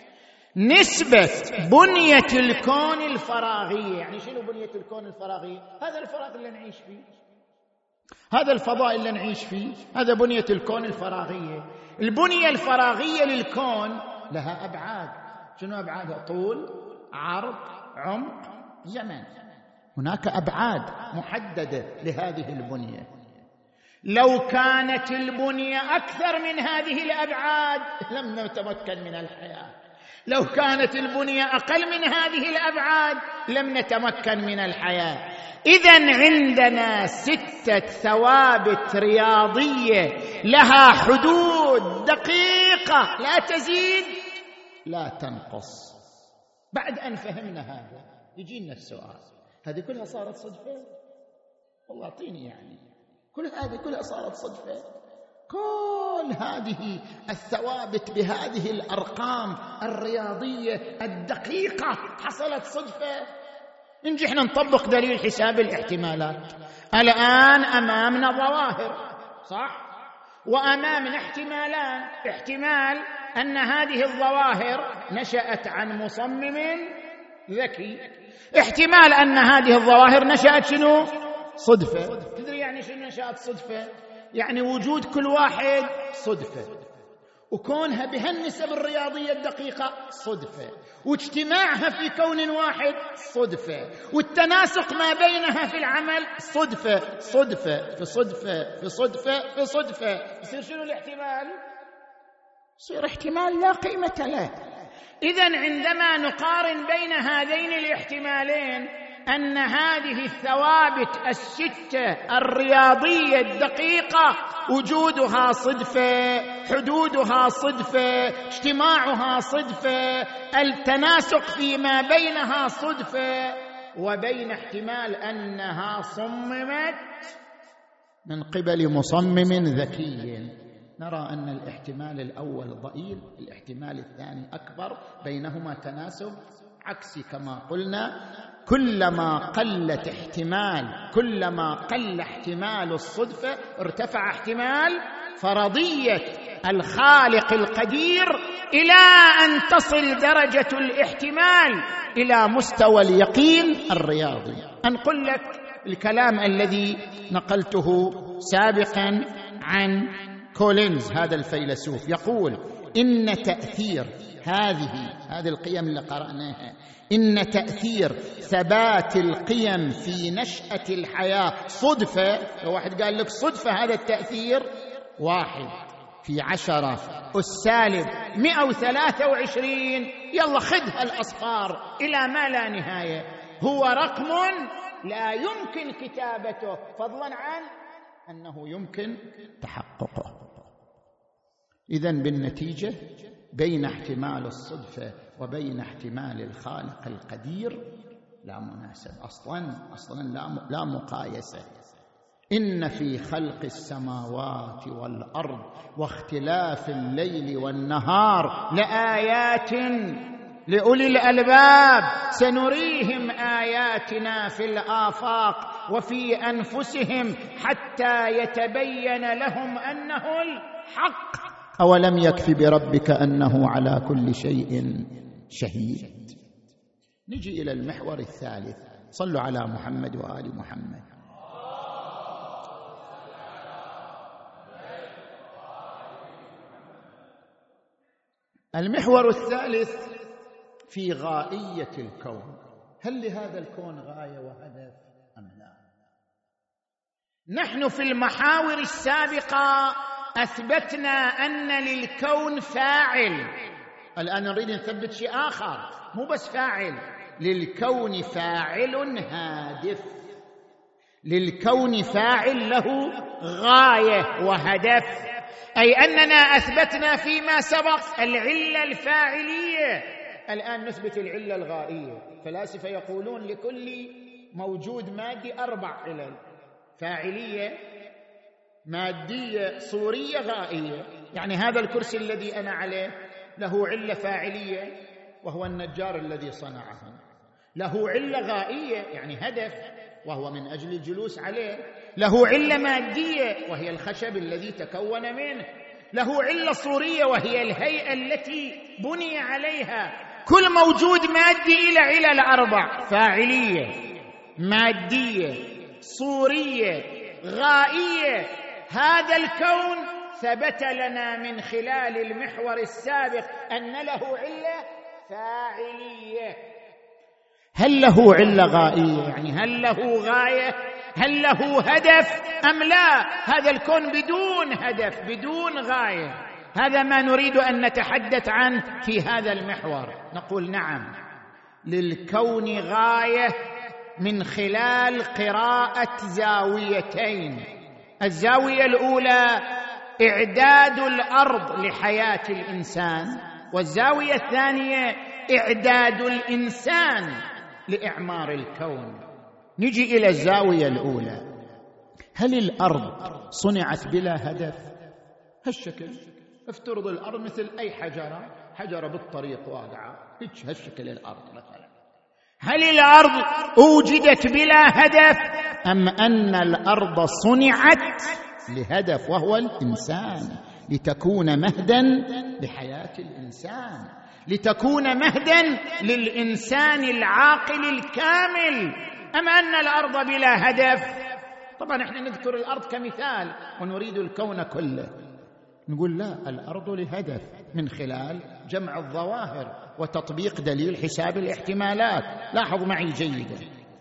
نسبة بنية الكون الفراغية. يعني شنو بنية الكون الفراغية؟ هذا الفراغ اللي نعيش فيه، هذا الفضاء اللي نعيش فيه، هذا بنية الكون الفراغية. البنية الفراغية للكون لها أبعاد. شنو أبعادها؟ طول، عرض، عمق، زمن. هناك أبعاد محددة لهذه البنية. لو كانت البنية أكثر من هذه الأبعاد لم نتمكن من الحياة، لو كانت البنية أقل من هذه الأبعاد لم نتمكن من الحياة. إذن عندنا 6 ثوابت رياضية لها حدود دقيقة لا تزيد لا تنقص. بعد أن فهمنا هذا يجينا السؤال، هذه كلها صارت صدفة؟ والله أعطيني، يعني هذه كلها صارت صدفة؟ كل هذه الثوابت بهذه الأرقام الرياضية الدقيقة حصلت صدفة؟ نجي احنا نطبق دليل حساب الاحتمالات. الآن أمامنا ظواهر، صح؟ وأمامنا احتمالان: احتمال أن هذه الظواهر نشأت عن مصمم ذكي، احتمال أن هذه الظواهر نشأت شنو؟ صدفة. تدري يعني شنو نشأت صدفة؟ يعني وجود كل واحد صدفة، وكونها بهالنسب الرياضية الدقيقة صدفة، واجتماعها في كون واحد صدفة، والتناسق ما بينها في العمل صدفة. صدفة في صدفة في صدفة في صدفة، يصير شنو الاحتمال؟ يصير احتمال لا قيمة له. إذن عندما نقارن بين هذين الاحتمالين أن هذه الثوابت الستة الرياضية الدقيقة وجودها صدفة، حدودها صدفة، اجتماعها صدفة، التناسق فيما بينها صدفة، وبين احتمال أنها صممت من قبل مصمم ذكي، نرى أن الاحتمال الأول ضئيل، الاحتمال الثاني أكبر، بينهما تناسب عكسي. كما قلنا كلما قل احتمال الصدفة ارتفع احتمال فرضية الخالق القدير، إلى أن تصل درجة الاحتمال إلى مستوى اليقين الرياضي. أنقل لك الكلام الذي نقلته سابقا عن كولينز هذا الفيلسوف، يقول إن تأثير هذه القيم اللي قرأناها، إن تأثير ثبات القيم في نشأة الحياة صدفة. لو واحد قال لك صدفة هذا التأثير 1 في 10 أس -123، يلا خذ الأصفار إلى ما لا نهاية، هو رقم لا يمكن كتابته فضلا عن أنه يمكن تحققه. إذن بالنتيجة بين احتمال الصدفة وبين احتمال الخالق القدير لا مناسب أصلاً لا مقايسة. إن في خلق السماوات والأرض واختلاف الليل والنهار لآيات لأولي الألباب سنريهم آياتنا في الآفاق وفي أنفسهم حتى يتبين لهم أنه الحق أولم يكف بربك أنه على كل شيء شهيد. نجي إلى المحور الثالث، صلوا على محمد وآل محمد. المحور الثالث في غائية الكون. هل لهذا الكون غاية وهدف أم لا؟ نحن في المحاور السابقة أثبتنا أن للكون فاعل، الآن نريد نثبت شيء آخر، مو بس فاعل، للكون فاعل هادف، للكون فاعل له غاية وهدف، أي أننا أثبتنا فيما سبق العلة الفاعلية، الآن نثبت العلة الغائية. فلاسفة يقولون لكل موجود مادي 4 علل: فاعلية، مادية، صورية، غائية. يعني هذا الكرسي الذي أنا عليه له علة فاعلية وهو النجار الذي صنعه، له علة غائية يعني هدف وهو من أجل الجلوس عليه، له علة مادية وهي الخشب الذي تكون منه، له علة صورية وهي الهيئة التي بني عليها. كل موجود مادي إلى علل 4: فاعلية، مادية، صورية، غائية. هذا الكون ثبت لنا من خلال المحور السابق أن له علة فاعلية. هل له علة غائية؟ يعني هل له غاية؟ هل له هدف أم لا؟ هذا الكون بدون هدف، بدون غاية. هذا ما نريد أن نتحدث عنه في هذا المحور. نقول نعم، للكون غاية من خلال قراءة زاويتين: الزاوية الأولى إعداد الأرض لحياة الإنسان، والزاوية الثانية إعداد الإنسان لإعمار الكون. نجي إلى الزاوية الأولى: هل الأرض صنعت بلا هدف؟ هالشكل، افترض الأرض مثل أي حجرة بالطريق واقعة، هالشكل الأرض مثلا. هل الأرض أوجدت بلا هدف أم أن الأرض صنعت لهدف وهو الإنسان، لتكون مهدا لحياة الإنسان، لتكون مهدا للإنسان العاقل الكامل، أم أن الأرض بلا هدف؟ طبعا احنا نذكر الأرض كمثال ونريد الكون كله، نقول لا، الأرض لهدف من خلال جمع الظواهر وتطبيق دليل حساب الاحتمالات. لاحظ معي جيدا،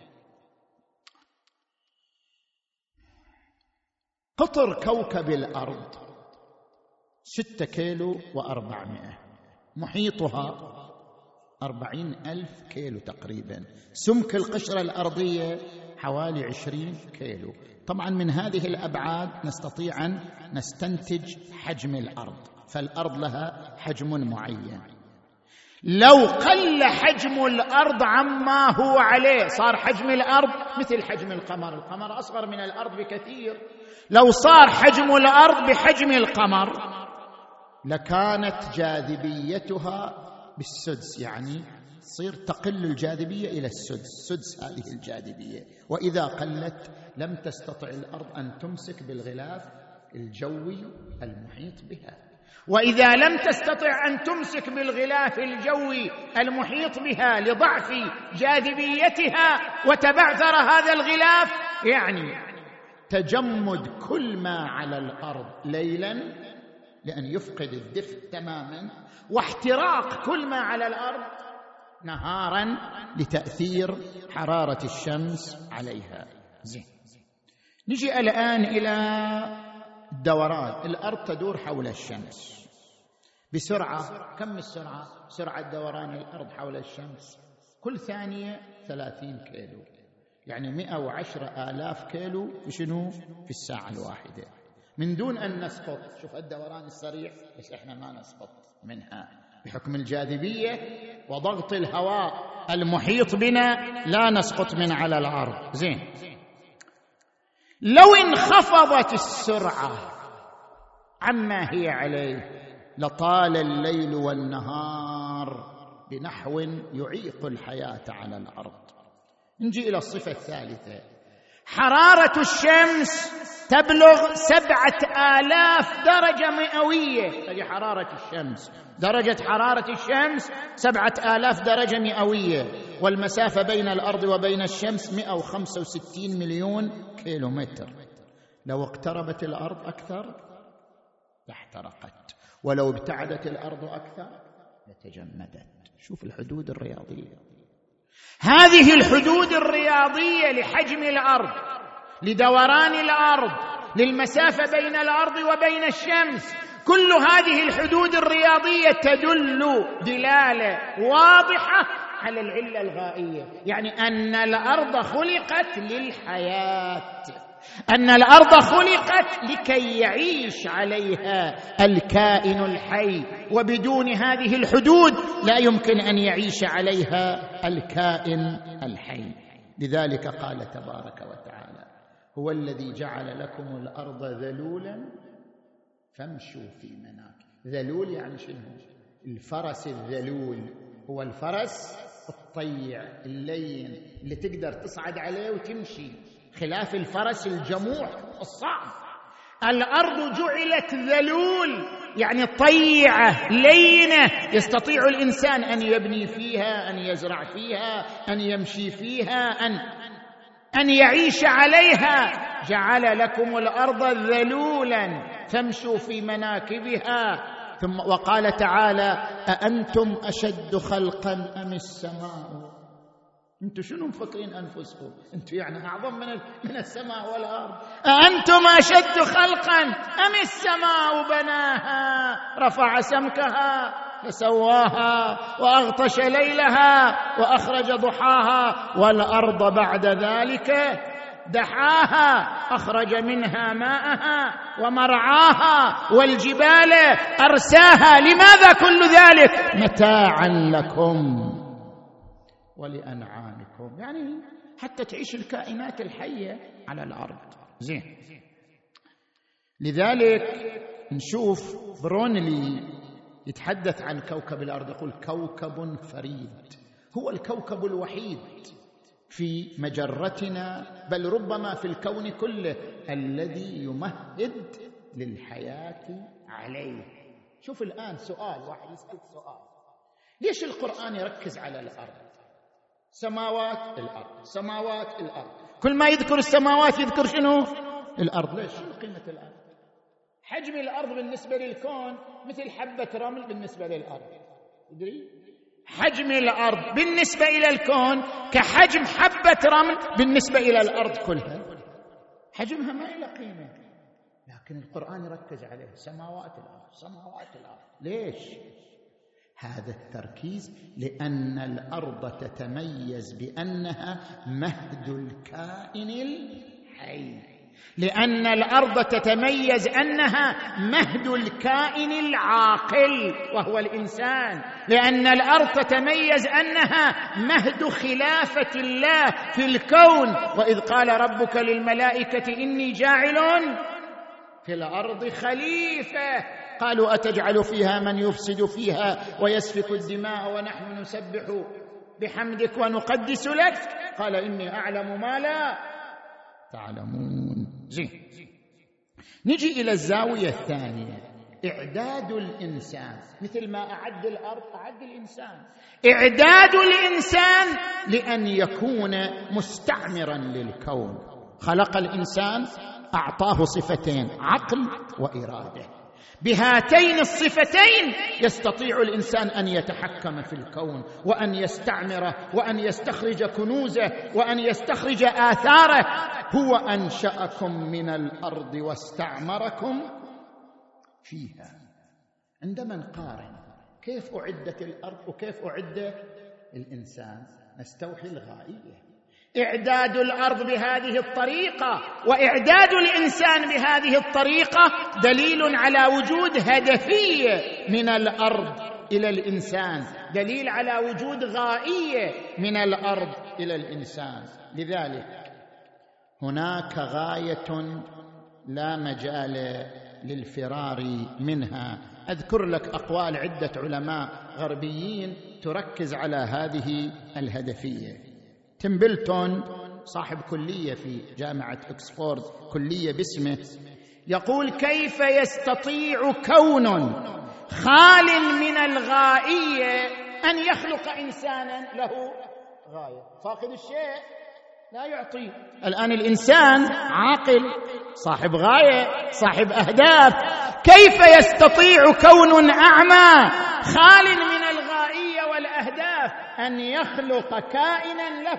قطر كوكب الأرض 6 كيلو و400، محيطها 40,000 كيلو تقريبا، سمك القشرة الأرضية حوالي 20 كيلو. طبعا من هذه الأبعاد نستطيع أن نستنتج حجم الأرض، فالأرض لها حجم معين. لو قل حجم الأرض عما هو عليه صار حجم الأرض مثل حجم القمر، القمر أصغر من الأرض بكثير، لو صار حجم الأرض بحجم القمر لكانت جاذبيتها بالسدس، يعني تصير تقل الجاذبية إلى السدس، سدس هذه الجاذبية، وإذا قلت لم تستطع الأرض أن تمسك بالغلاف الجوي المحيط بها، وإذا لم تستطع أن تمسك بالغلاف الجوي المحيط بها لضعف جاذبيتها وتبعثر هذا الغلاف، يعني تجمد كل ما على الأرض ليلا لأن يفقد الدفء تماما، واحتراق كل ما على الأرض نهارا لتأثير حرارة الشمس عليها. زين، نجي الآن إلى الدوران. الأرض تدور حول الشمس بسرعة، كم السرعة؟ سرعة دوران الأرض حول الشمس كل ثانية 30 كيلو، يعني 110,000 كيلو في الساعة الواحدة، من دون أن نسقط. شوف الدوران السريع، بس إحنا ما نسقط منها بحكم الجاذبية وضغط الهواء المحيط بنا، لا نسقط من على الأرض. زين، لو انخفضت السرعة عما هي عليه لطال الليل والنهار بنحو يعيق الحياة على الأرض. نجي إلى الصفة الثالثة، حرارة الشمس تبلغ 7,000 درجة مئوية. هذه حرارة الشمس، درجة حرارة الشمس 7,000 درجة مئوية، والمسافة بين الأرض وبين الشمس 165 مليون كيلومتر. لو اقتربت الأرض أكثر لاحترقت، ولو ابتعدت الأرض أكثر لتجمدت. شوف الحدود الرياضية، هذه الحدود الرياضية لحجم الأرض، لدوران الأرض، للمسافة بين الأرض وبين الشمس، كل هذه الحدود الرياضية تدل دلالة واضحة على العلة الغائية، يعني أن الأرض خلقت للحياة، أن الأرض خلقت لكي يعيش عليها الكائن الحي، وبدون هذه الحدود لا يمكن أن يعيش عليها الكائن الحي. لذلك قال تبارك وتعالى: هو الذي جعل لكم الأرض ذلولا فامشوا في مناكبها. ذلول يعني شنو؟ الفرس الذلول هو الفرس الطيع اللين اللي تقدر تصعد عليه وتمشي، خلاف الفرس الجموح الصعب. الأرض جعلت ذلول يعني طيعة لينة، يستطيع الإنسان أن يبني فيها، أن يزرع فيها، أن يمشي فيها، أن يعيش عليها. جعل لكم الأرض ذلولا فامشوا في مناكبها. ثم وقال تعالى: أأنتم أشد خلقا أم السماء؟ أنتم شنو مفكرين أنفسكم؟ أنتم يعني أعظم من السماء والأرض. أأنتم أشد خلقا أم السماء بناها رفع سمكها فسواها وأغطش ليلها وأخرج ضحاها والأرض بعد ذلك دحاها أخرج منها ماءها ومرعاها والجبال أرساها. لماذا كل ذلك؟ متاعا لكم ولأنعامكم، يعني حتى تعيش الكائنات الحية على الأرض. زين، لذلك نشوف برونلي يتحدث عن كوكب الأرض، يقول: كوكب فريد هو الكوكب الوحيد في مجرتنا، بل ربما في الكون كله، الذي يمهد للحياة عليه. شوف الآن سؤال، واحد يسأل سؤال: ليش القرآن يركز على الأرض؟ سماوات الأرض، سماوات الأرض، كل ما يذكر السماوات يذكر شنو؟ الأرض. ليش؟ شنو قيمة الأرض؟ حجم الأرض بالنسبة للكون مثل حبة رمل بالنسبة للأرض. تدري؟ حجم الأرض بالنسبة إلى الكون كحجم حبة رمل بالنسبة إلى الأرض كلها، حجمها ما إلى قيمة، لكن القرآن يركز عليه سماوات الأرض، سماوات الأرض. ليش؟ هذا التركيز لأن الأرض تتميز بأنها مهد الكائن الحي، لأن الأرض تتميز أنها مهد الكائن العاقل وهو الإنسان، لأن الأرض تتميز أنها مهد خلافة الله في الكون. وإذ قال ربك للملائكة إني جاعل في الأرض خليفة، قالوا أتجعل فيها من يفسد فيها ويسفك الدماء ونحن نسبح بحمدك ونقدس لك، قال إني أعلم ما لا تعلمون. زين، نجي إلى الزاوية الثانية، إعداد الإنسان. مثل ما أعد الأرض أعد الإنسان، إعداد الإنسان لأن يكون مستعمرا للكون. خلق الإنسان، أعطاه صفتين: عقل وإرادة. بهاتين الصفتين يستطيع الإنسان أن يتحكم في الكون وأن يستعمره وأن يستخرج كنوزه وأن يستخرج آثاره. هو أنشأكم من الأرض واستعمركم فيها. عندما نقارن كيف أعدت الأرض وكيف أعد الإنسان نستوحي الغائية. إعداد الأرض بهذه الطريقة وإعداد الإنسان بهذه الطريقة دليل على وجود هدفية من الأرض إلى الإنسان، دليل على وجود غائية من الأرض إلى الإنسان. لذلك هناك غاية لا مجال للفرار منها. أذكر لك أقوال عدة علماء غربيين تركز على هذه الهدفية. تمبلتون صاحب كلية في جامعة أكسفورد، كلية باسمه، يقول: كيف يستطيع كون خال من الغائية أن يخلق إنسانا له غاية؟ فاقد الشيء لا يعطي. الآن الإنسان عاقل، صاحب غاية، صاحب أهداف. كيف يستطيع كون أعمى خال من الغائية والأهداف أن يخلق كائنا له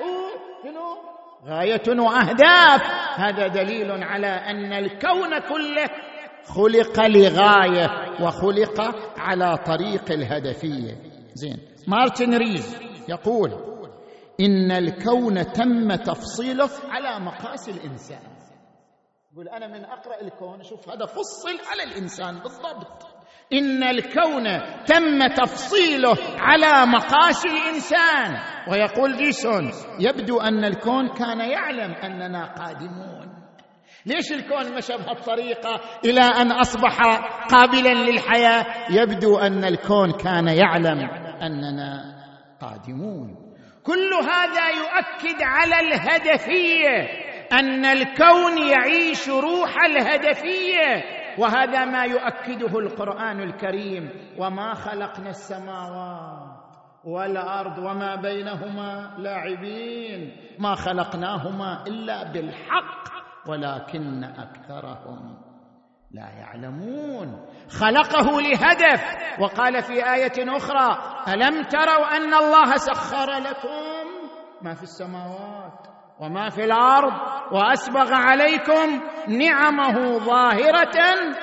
غاية وأهداف؟ هذا دليل على أن الكون كله خلق لغاية وخلق على طريق الهدفية. زين، مارتن ريز يقول: إن الكون تم تفصيله على مقاس الإنسان. يقول: أنا من أقرأ الكون أشوف هذا فصل على الإنسان بالضبط. إن الكون تم تفصيله على مقاس الإنسان. ويقول ديسون: يبدو أن الكون كان يعلم أننا قادمون. ليش الكون مشى بهالطريقة إلى أن أصبح قابلا للحياة؟ يبدو أن الكون كان يعلم أننا قادمون. كل هذا يؤكد على الهدفية، أن الكون يعيش روح الهدفية، وهذا ما يؤكده القرآن الكريم: وما خلقنا السماوات والأرض وما بينهما لاعبين، ما خلقناهما إلا بالحق ولكن أكثرهم لا يعلمون. خلقه لهدف. وقال في آية أخرى: ألم تروا أن الله سخر لكم ما في السماوات وما في الأرض وأسبغ عليكم نعمه ظاهرة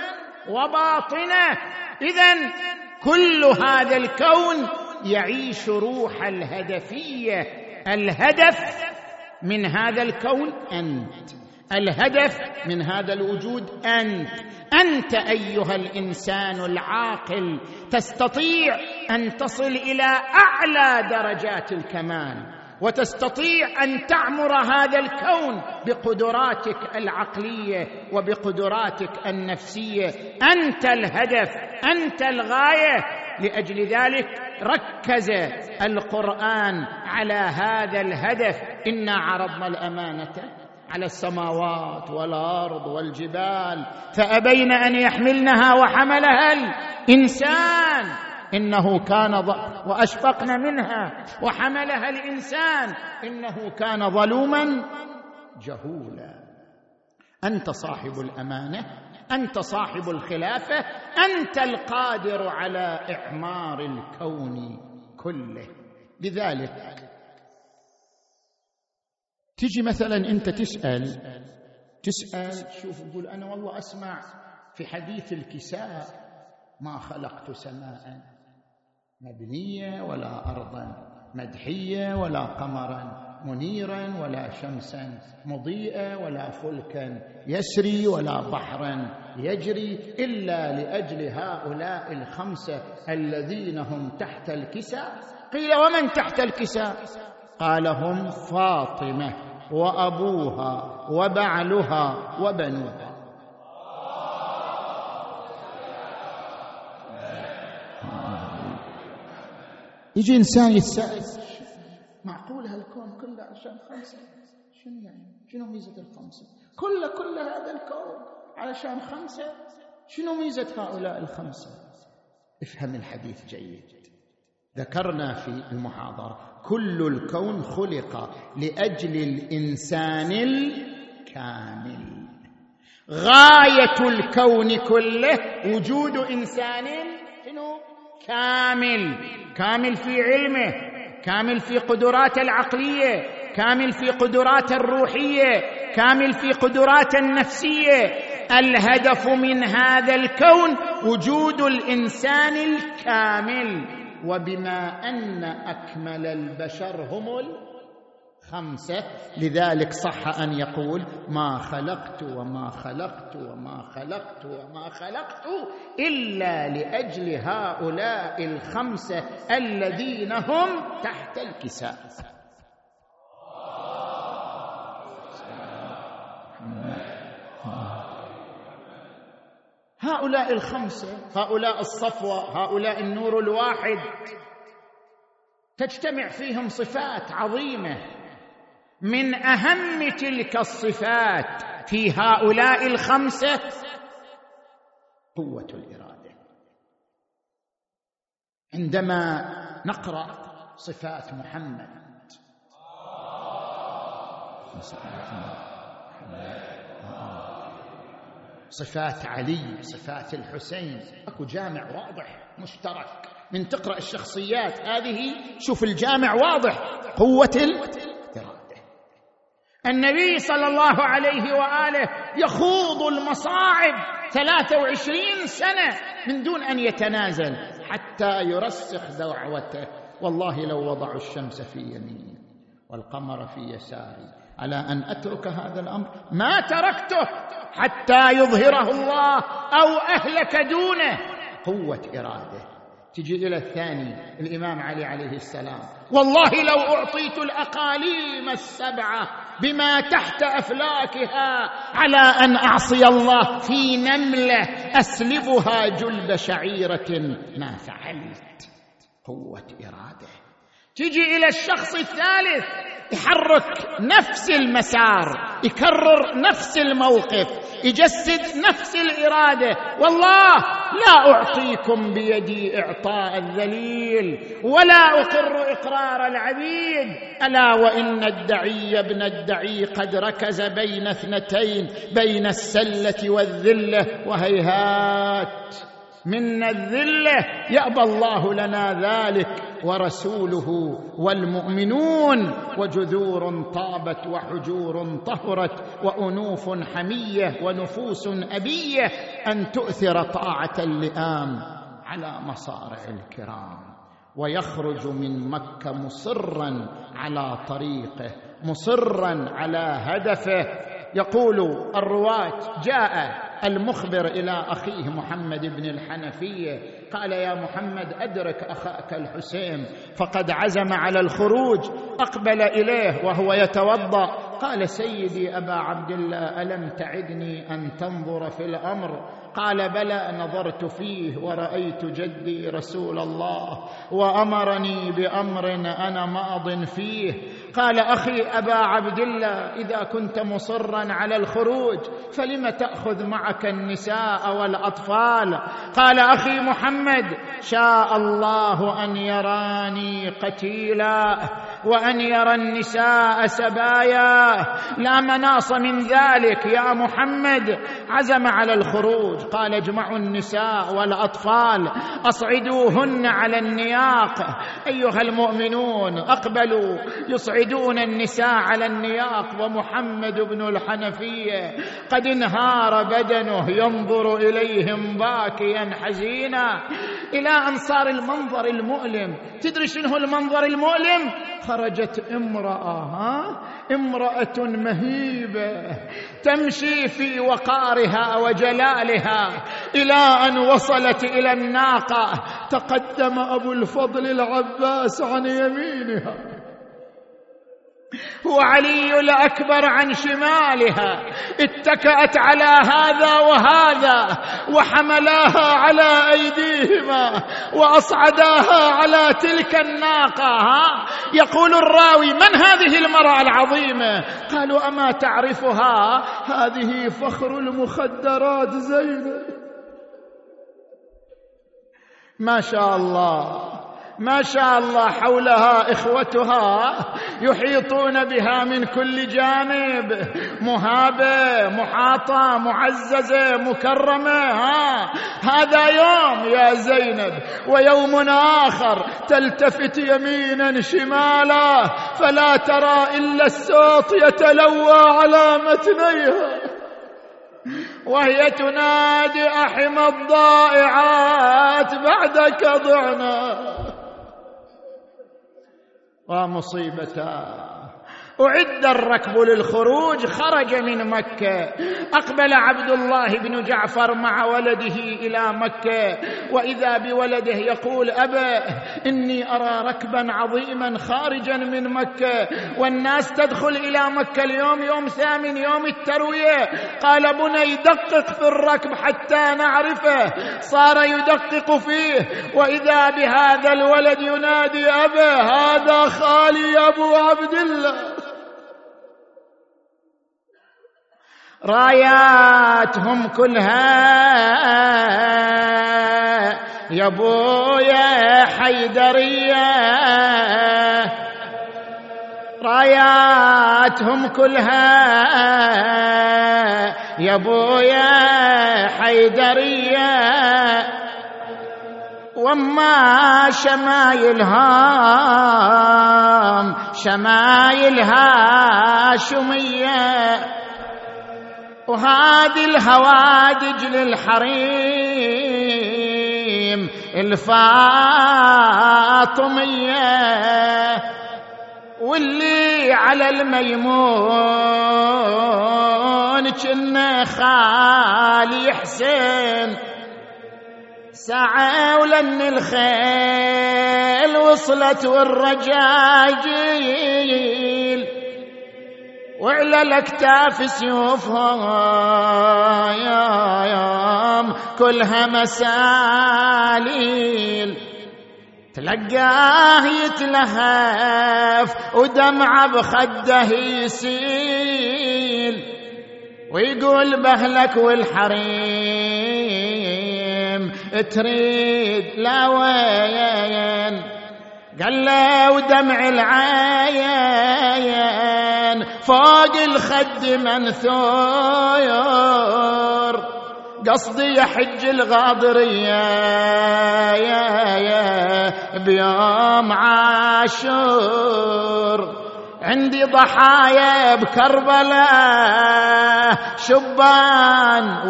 وباطنة. إذن كل هذا الكون يعيش روح الهدفية. الهدف من هذا الكون أنت، الهدف من هذا الوجود أنت أيها الإنسان العاقل تستطيع أن تصل إلى أعلى درجات الكمال، وتستطيع أن تعمر هذا الكون بقدراتك العقلية وبقدراتك النفسية. أنت الهدف، أنت الغاية. لأجل ذلك ركز القرآن على هذا الهدف: إنا عرضنا الأمانة على السماوات والأرض والجبال فأبين أن يحملنها وحملها الإنسان إنه كان وأشفقن منها وحملها الإنسان إنه كان ظلوما جهولا. أنت صاحب الأمانة، أنت صاحب الخلافة، أنت القادر على إعمار الكون كله. لذلك تجي مثلا أنت تسأل شوف، تقول أنا والله أسمع في حديث الكساء: ما خلقت سماء مبنية ولا أرضا مدحية ولا قمرا منيرا ولا شمسا مضيئة ولا فلكا يسري ولا بحرا يجري إلا لأجل هؤلاء الخمسة الذين هم تحت الكساء. قيل: ومن تحت الكساء؟ قال: هم فاطمة وأبوها وبعلها وبنوها. يجي إنسان يتساءل: معقول هالكون كله عشان خمسة؟ شنو يعني؟ شنو ميزة الخمسة؟ كل هذا الكون علشان خمسة؟ شنو ميزة هؤلاء الخمسة؟ افهم الحديث جيد. ذكرنا في المحاضرة: كل الكون خلق لأجل الإنسان الكامل. غاية الكون كله وجود إنسان كامل في علمه، كامل في قدرات العقلية، كامل في قدرات الروحية، كامل في قدرات النفسية. الهدف من هذا الكون وجود الإنسان الكامل. وبما أن أكمل البشر هم الخمسة، لذلك صح أن يقول: ما خلقت وما خلقت وما خلقت وما خلقت إلا لأجل هؤلاء الخمسة الذين هم تحت الكساء. هؤلاء الخمسة، هؤلاء الصفوة، هؤلاء النور الواحد، تجتمع فيهم صفات عظيمة. من أهم تلك الصفات في هؤلاء الخمسة قوة الإرادة. عندما نقرأ صفات محمد صفات علي، صفات الحسين، اكو جامع واضح مشترك. من تقرأ الشخصيات هذه شوف الجامع واضح: قوة الإرادة. النبي صلى الله عليه وآله يخوض المصاعب 23 سنة من دون أن يتنازل حتى يرسخ دعوته: والله لو وضعوا الشمس في يميني والقمر في يساري على أن أترك هذا الأمر ما تركته حتى يظهره الله أو أهلك دونه. قوة إرادة. تجي إلى الثاني الإمام علي عليه السلام: والله لو أعطيت الأقاليم السبعة بما تحت أفلاكها على أن أعصي الله في نملة أسلبها جلد شعيرة ما فعلت. قوة إرادة. تجي إلى الشخص الثالث: يحرك نفس المسار، يكرر نفس الموقف، يجسد نفس الإرادة: والله لا أعطيكم بيدي إعطاء الذليل ولا أقر إقرار العبيد، ألا وإن الدعي ابن الدعي قد ركز بين اثنتين، بين السلة والذلة، وهيهات من الذلة يأبى الله لنا ذلك ورسوله والمؤمنون. وجذور طابت وحجور طهرت وأنوف حمية ونفوس أبية أن تؤثر طاعة اللئام على مصارع الكرام. ويخرج من مكة مصرا على طريقه، مصرا على هدفه. يقول الرواة: جاء المخبر إلى أخيه محمد بن الحنفية قال: يا محمد أدرك أخاك الحسين فقد عزم على الخروج. أقبل إليه وهو يتوضأ قال: سيدي أبا عبد الله، ألم تعدني أن تنظر في الأمر قال بلى نظرت فيه ورأيت جدي رسول الله وأمرني بأمر أنا ماض فيه. قال أخي أبا عبد الله إذا كنت مصرا على الخروج فلم تأخذ معك النساء والأطفال؟ قال أخي محمد شاء الله أن يراني قتيلا وأن يرى النساء سبايا، لا مناص من ذلك يا محمد. عزم على الخروج، قال اجمعوا النساء والأطفال أصعدوهن على النياق. أيها المؤمنون أقبلوا يصعدون النساء على النياق، ومحمد بن الحنفية قد انهار بدنه ينظر إليهم باكيا حزينا إلى أن صار المنظر المؤلم. تدري شنو المنظر المؤلم؟ خرجت امرأة مهيبة تمشي في وقارها وجلالها إلى أن وصلت إلى الناقة. تقدم أبو الفضل العباس عن يمينها وعلي الأكبر عن شمالها، اتكأت على هذا وهذا وحملاها على أيديهما وأصعداها على تلك الناقة. يقول الراوي من هذه المرأة العظيمة؟ قالوا أما تعرفها؟ هذه فخر المخدرات زينب. ما شاء الله ما شاء الله، حولها إخوتها يحيطون بها من كل جانب، مهابة محاطة معززة مكرمة. هذا يوم يا زينب، ويوم آخر تلتفت يمينا شمالا فلا ترى إلا الصوت يتلوى على متنيها وهي تنادي أحم الضائعات بعدك ضعنا. ومصيبتا أعد الركب للخروج، خرج من مكة. أقبل عبد الله بن جعفر مع ولده إلى مكة، وإذا بولده يقول أبا إني أرى ركبا عظيما خارجا من مكة والناس تدخل إلى مكة اليوم يوم ثامن يوم التروية. قال بني دقق في الركب حتى نعرفه. صار يدقق فيه، وإذا بهذا الولد ينادي أبا هذا خالي أبو عبد الله. راياتهم كلها يا بويا حيدرية، راياتهم كلها يا بويا حيدرية، وما شمايلهم شمايلها شمية، وهذه الهوادج للحريم الفاطمية، واللي على الميمون كنا خالي حسين. ساعة ولن الخيل وصلت والرجاجيل، وعلى الاكتاف سيوفها يا يوم كلها مساليل. تلقاه يتلهف ودمعه بخده يسيل، ويقول بهلك والحريم تريد لا وين؟ قال له ودمع العين فوق الخد منثور، قصدي يحج الغاضرية بيوم عاشور. عندي ضحايا بكربلاء شبان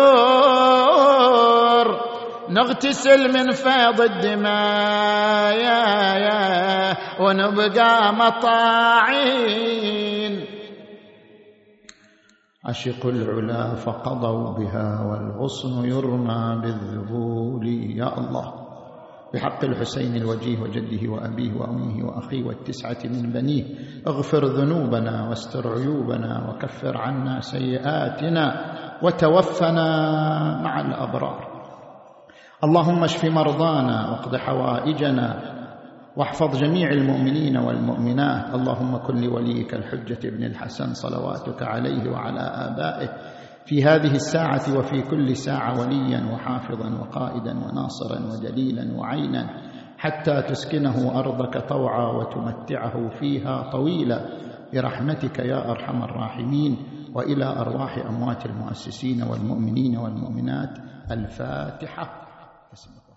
وبدور، نغتسل من فيض الدماء ونبقى مطاعين. عشقوا العلا فقضوا بها والغصن يرمى بالذبول. يا الله بحق الحسين الوجيه وجده وأبيه وأمه وأخيه والتسعة من بنيه، اغفر ذنوبنا واستر عيوبنا وكفر عنا سيئاتنا وتوفنا مع الأبرار. اللهم اشف مرضانا واقض حوائجنا واحفظ جميع المؤمنين والمؤمنات. اللهم كن لوليك الحجة ابن الحسن صلواتك عليه وعلى آبائه في هذه الساعة وفي كل ساعة وليا وحافظا وقائدا وناصرا ودليلا وعينا، حتى تسكنه أرضك طوعا وتمتعه فيها طويلا برحمتك يا أرحم الراحمين. وإلى أرواح أموات المؤسسين والمؤمنين والمؤمنات الفاتحة.